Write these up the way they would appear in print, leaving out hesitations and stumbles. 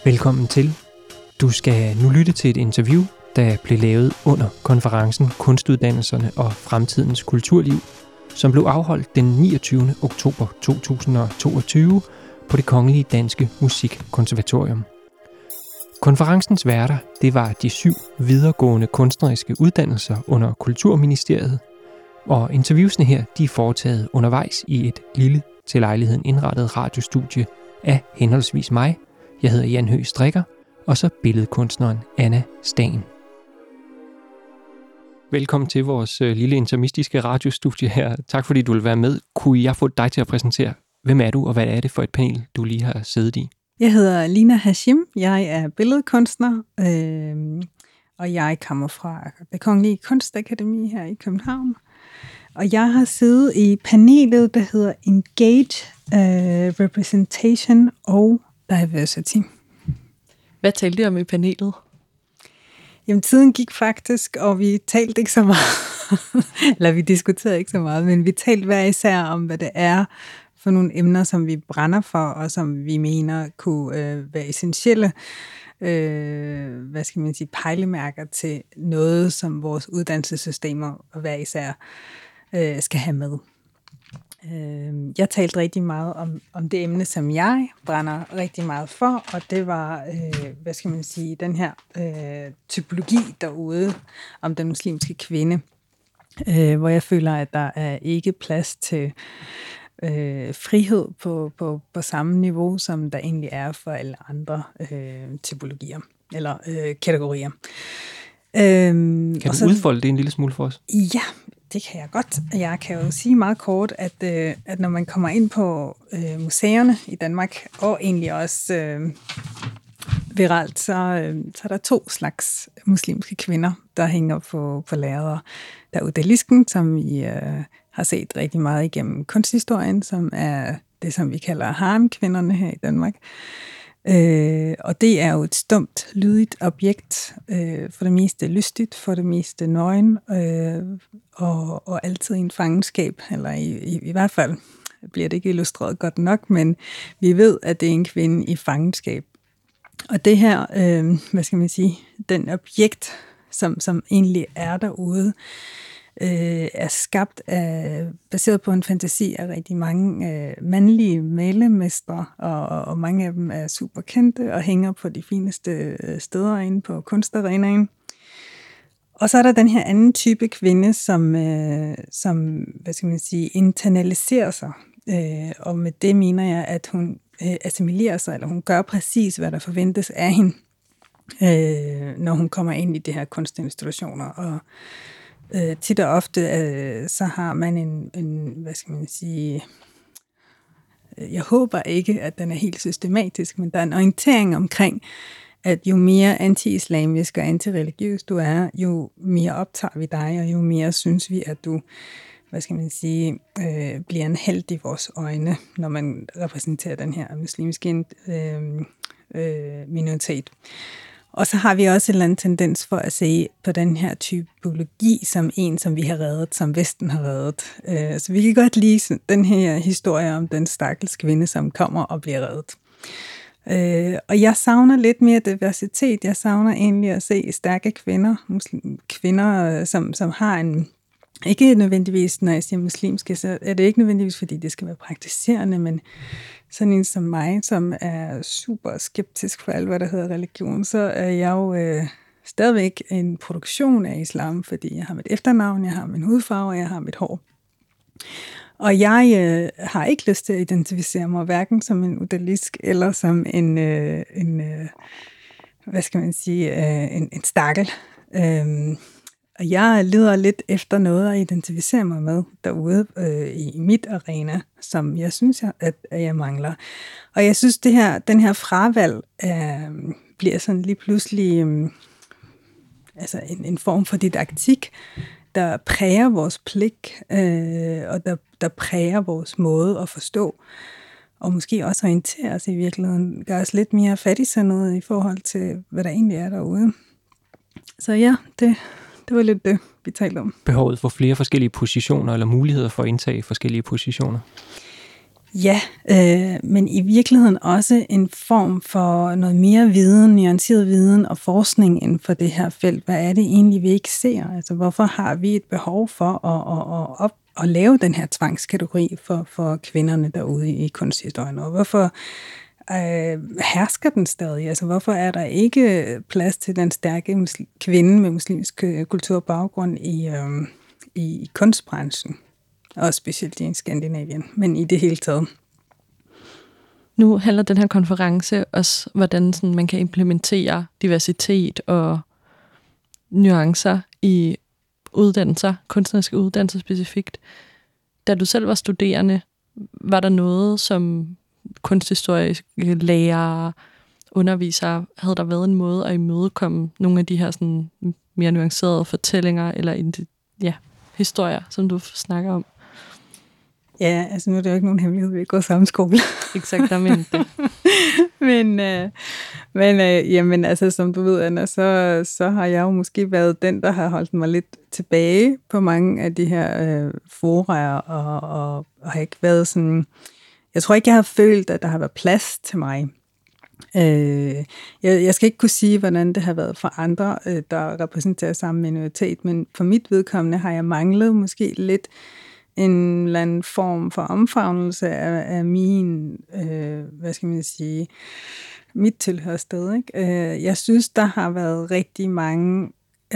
Velkommen til. Du skal nu lytte til et interview, der blev lavet under konferencen Kunstuddannelserne og Fremtidens Kulturliv, som blev afholdt den 29. oktober 2022 på Det Kongelige Danske Musikkonservatorium. Konferencens værter, det var de 7 videregående kunstneriske uddannelser under Kulturministeriet, og interviewsene her, de er foretaget undervejs i et lille til lejligheden indrettet radiostudie af henholdsvis mig, jeg hedder Jan Høgh Strikker, og så billedkunstneren Anna Stan. Velkommen til vores lille intermistiske radiostudie her. Tak fordi du vil være med. Kunne jeg få dig til at præsentere, hvem er du, og hvad er det for et panel, du lige har siddet i? Jeg hedder Lina Hashim, jeg er billedkunstner, og jeg kommer fra Det Kongelige Kunstakademi her i København. Og jeg har siddet i panelet, der hedder Engage, Representation og Diversity. Hvad talte I om i panelet? Jamen, tiden gik faktisk, og vi talte ikke så meget. Eller vi diskuterede ikke så meget, men vi talte hver især om, hvad det er for nogle emner, som vi brænder for, og som vi mener kunne være essentielle, pejlemærker til noget, som vores uddannelsessystemer hver især skal have med. Jeg talte rigtig meget om det emne, som jeg brænder rigtig meget for, og det var, den her typologi derude om den muslimske kvinde, hvor jeg føler, at der er ikke plads til frihed på samme niveau, som der egentlig er for alle andre typologier eller kategorier. Kan du udfolde det en lille smule for os? Ja, det kan jeg godt. Jeg kan jo sige meget kort, at når man kommer ind på museerne i Danmark, og egentlig også viralt, så er der 2 slags muslimske kvinder, der hænger på lærreder. Der er odalisken, som vi har set rigtig meget igennem kunsthistorien, som er det, som vi kalder haremkvinderne her i Danmark. Og det er jo et stumt, lydigt objekt, for det meste lystigt, for det meste nøgen, og altid i en fangenskab, eller i hvert fald bliver det ikke illustreret godt nok, men vi ved, at det er en kvinde i fangenskab. Og det her, den objekt, som egentlig er derude, er skabt baseret på en fantasi af rigtig mange mandlige malermestre, og mange af dem er super kendte og hænger på de fineste steder inde på kunstarenaen. Og så er der den her anden type kvinde, som internaliserer sig. Og med det mener jeg, at hun assimilerer sig, eller hun gør præcis, hvad der forventes af hende, når hun kommer ind i de her kunstinstitutioner. Og tit og ofte, så har man jeg håber ikke, at den er helt systematisk, men der er en orientering omkring, at jo mere anti-islamisk og antireligiøs du er, jo mere optager vi dig, og jo mere synes vi, at du, bliver en helt i vores øjne, når man repræsenterer den her muslimske minoritet. Og så har vi også en eller anden tendens for at se på den her typologi som en, som vi har reddet, som Vesten har reddet. Så vi kan godt lide den her historie om den stakkels kvinde, som kommer og bliver reddet. Og jeg savner lidt mere diversitet. Jeg savner egentlig at se stærke kvinder, som har en... Ikke nødvendigvis, når jeg siger muslimske, så er det ikke nødvendigvis, fordi det skal være praktiserende, men sådan en som mig, som er super skeptisk for alt, hvad der hedder religion, så er jeg jo stadigvæk en produktion af islam, fordi jeg har mit efternavn, jeg har min hudfarve, og jeg har mit hår. Og jeg har ikke lyst til at identificere mig hverken som en odalisk eller som en stakkel. Og jeg leder lidt efter noget at identificere mig med derude i mit arena, som jeg synes, at jeg mangler. Og jeg synes, den her fravalg bliver sådan lige pludselig en form for didaktik, der præger vores blik, og der præger vores måde at forstå, og måske også orientere os i virkeligheden, gør os lidt mere fattigsindet i forhold til, hvad der egentlig er derude. Så ja, det var lidt det, vi talte om. Behovet for flere forskellige positioner, eller muligheder for at indtage forskellige positioner? Ja, men i virkeligheden også en form for noget mere viden, nuanceret viden og forskning inden for det her felt. Hvad er det egentlig, vi ikke ser? Altså, hvorfor har vi et behov for at lave den her tvangskategori for kvinderne derude i kunsthistorien? Og hvorfor hersker den stadig? Altså, hvorfor er der ikke plads til den stærke kvinde med muslimsk kulturbaggrund i kunstbranchen? Og specielt i Skandinavien, men i det hele taget. Nu handler den her konference også, hvordan sådan, man kan implementere diversitet og nuancer i uddannelser, kunstneriske uddannelser specifikt. Da du selv var studerende, var der noget, som kunsthistoriske lærere, undervisere, havde der været en måde at imødekomme nogle af de her sådan, mere nuancerede fortællinger eller historier, som du snakker om? Ja, altså nu er det jo ikke nogen hemmelighed, vi er gået samme skole. Exactamente. men jamen, altså, som du ved, Anna, så har jeg jo måske været den, der har holdt mig lidt tilbage på mange af de her foraer, og har ikke været sådan... Jeg tror ikke, jeg har følt, at der har været plads til mig. Jeg skal ikke kunne sige, hvordan det har været for andre, der repræsenterer samme minoritet, men for mit vedkommende har jeg manglet måske lidt en eller anden form for omfavnelse af min, mit tilhørssted. Ikke? Jeg synes, der har været rigtig mange,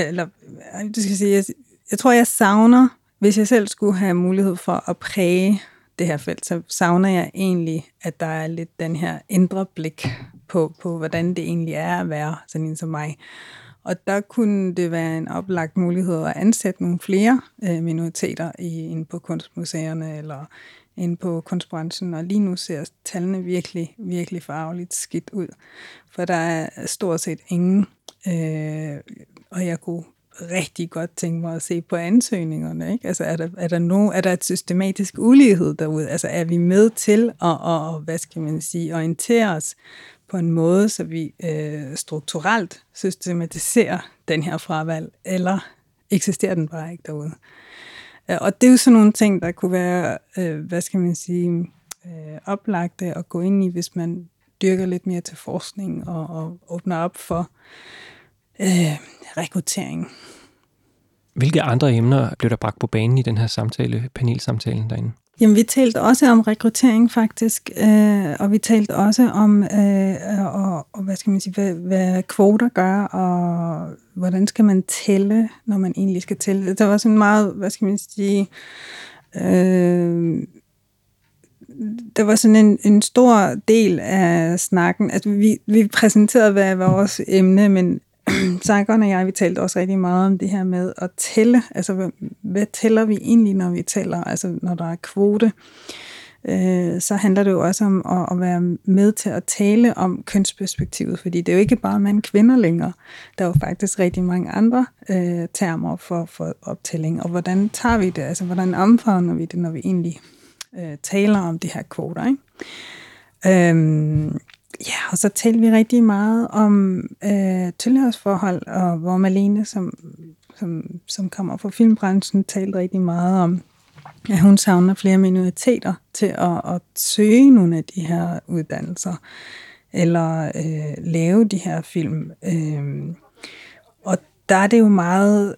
jeg tror, jeg savner, hvis jeg selv skulle have mulighed for at præge det her felt, så savner jeg egentlig, at der er lidt den her indre blik på hvordan det egentlig er at være sådan en som mig. Og der kunne det være en oplagt mulighed at ansætte nogle flere minoriteter inde på kunstmuseerne eller inde på kunstbranchen. Og lige nu ser tallene virkelig, virkelig forarveligt skidt ud. For der er stort set ingen, og jeg kunne rigtig godt tænke mig at se på ansøgningerne. Ikke? Altså er der et systematisk ulighed derude? Altså er vi med til at orientere os på en måde, så vi strukturelt systematiserer den her fravalg, eller eksisterer den bare ikke derude? Og det er jo sådan nogle ting, der kunne være, oplagte at gå ind i, hvis man dyrker lidt mere til forskning og åbner op for rekruttering. Hvilke andre emner blev der bragt på banen i den her panelsamtalen derinde? Jamen, vi talte også om rekruttering faktisk, og vi talte også om, hvad kvoter gør, og hvordan skal man tælle, når man egentlig skal tælle. Der var sådan en meget, der var sådan en stor del af snakken. Altså, vi præsenterede, hvad var vores emne, men Sargon og jeg, vi talte også rigtig meget om det her med at tælle. Altså, hvad tæller vi egentlig, når vi tæller? Altså, når der er kvote, så handler det jo også om at være med til at tale om kønsperspektivet, fordi det er jo ikke bare mænd-kvinder længere. Der er jo faktisk rigtig mange andre termer for optælling, og hvordan tager vi det? Altså, hvordan omfavner vi det, når vi egentlig taler om de her kvoter, ikke? Ja, og så talte vi rigtig meget om tilhørsforhold, og hvor Malene, som kommer fra filmbranchen, talte rigtig meget om, at hun savner flere minoriteter til at søge nogle af de her uddannelser, eller lave de her film. Og der er det jo meget...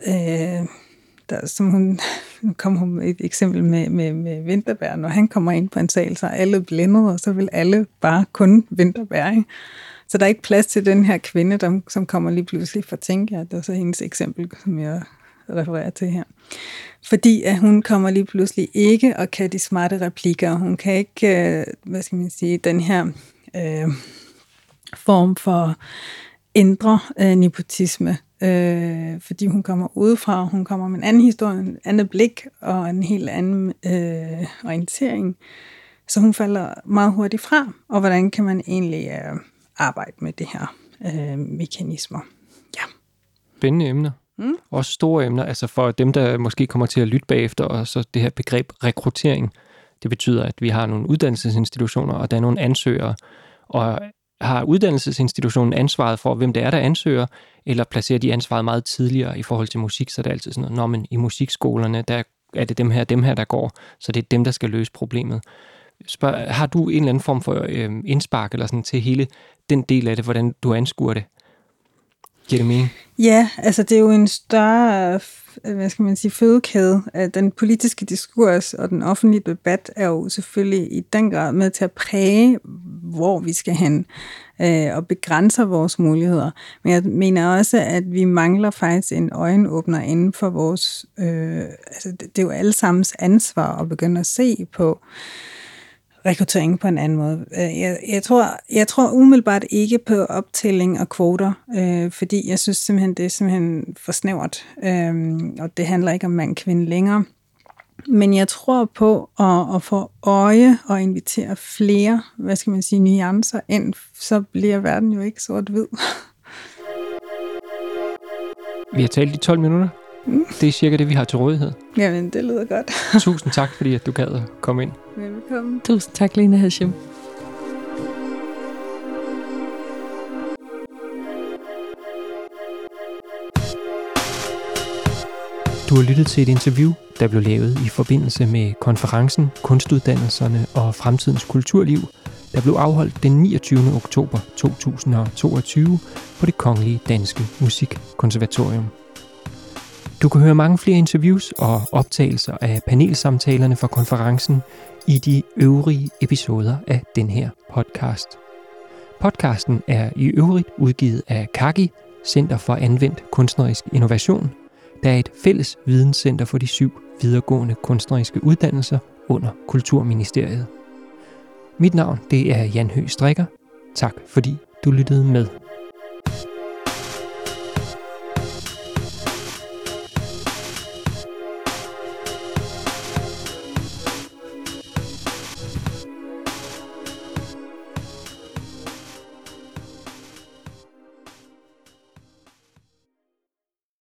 Nu kommer hun med et eksempel med Vinterberg. Når han kommer ind på en sal, så er alle blændet, og så vil alle bare kun Vinterberg. Ikke? Så der er ikke plads til den her kvinde, som kommer lige pludselig fra Tinka. Det er så hendes eksempel, som jeg refererer til her. Fordi at hun kommer lige pludselig ikke og kan de smarte replikker. Hun kan ikke, den her form for indre nepotisme. Fordi hun kommer udefra, hun kommer med en anden historie, en anden blik og en helt anden orientering. Så hun falder meget hurtigt fra. Og hvordan kan man egentlig arbejde med det her mekanismer? Ja. Spændende emner. Også store emner. Altså for dem, der måske kommer til at lytte bagefter, og så det her begreb rekruttering. Det betyder, at vi har nogle uddannelsesinstitutioner, og der er nogle ansøgere. Og har uddannelsesinstitutionen ansvaret for, hvem det er, der ansøger, eller placerer de ansvaret meget tidligere i forhold til musik, så det er altid sådan noget, men i musikskolerne, der er det dem her, der går, så det er dem, der skal løse problemet. Har du en eller anden form for indspark eller sådan til hele den del af det, hvordan du anskuer det? Giver det mening? Ja, altså det er jo en større, fødekæde. Den politiske diskurs og den offentlige debat er jo selvfølgelig i den grad med til at præge, hvor vi skal hen, og begrænser vores muligheder. Men jeg mener også, at vi mangler faktisk en øjenåbner inden for vores... det er jo allesammens ansvar at begynde at se på rekruttering på en anden måde. Jeg tror umiddelbart ikke på optælling og kvoter, fordi jeg synes simpelthen, det er simpelthen for snævert, og det handler ikke om mand-kvinde længere. Men jeg tror på at få øje og invitere flere, nuancer ind, så bliver verden jo ikke sort-hvid. Vi har talt i 12 minutter. Det er cirka det, vi har til rådighed. Jamen, det lyder godt. Tusind tak, fordi at du gad at komme ind. Velkommen. Tusind tak, Lena Hashim. Du har lyttet til et interview, der blev lavet i forbindelse med konferencen Kunstuddannelserne og Fremtidens Kulturliv, der blev afholdt den 29. oktober 2022 på Det Kongelige Danske Musikkonservatorium. Du kan høre mange flere interviews og optagelser af panelsamtalerne fra konferencen i de øvrige episoder af den her podcast. Podcasten er i øvrigt udgivet af CAGI, Center for Anvendt Kunstnerisk Innovation, der er et fælles videnscenter for de 7 videregående kunstneriske uddannelser under Kulturministeriet. Mit navn det er Jan Høgh Strikker. Tak fordi du lyttede med.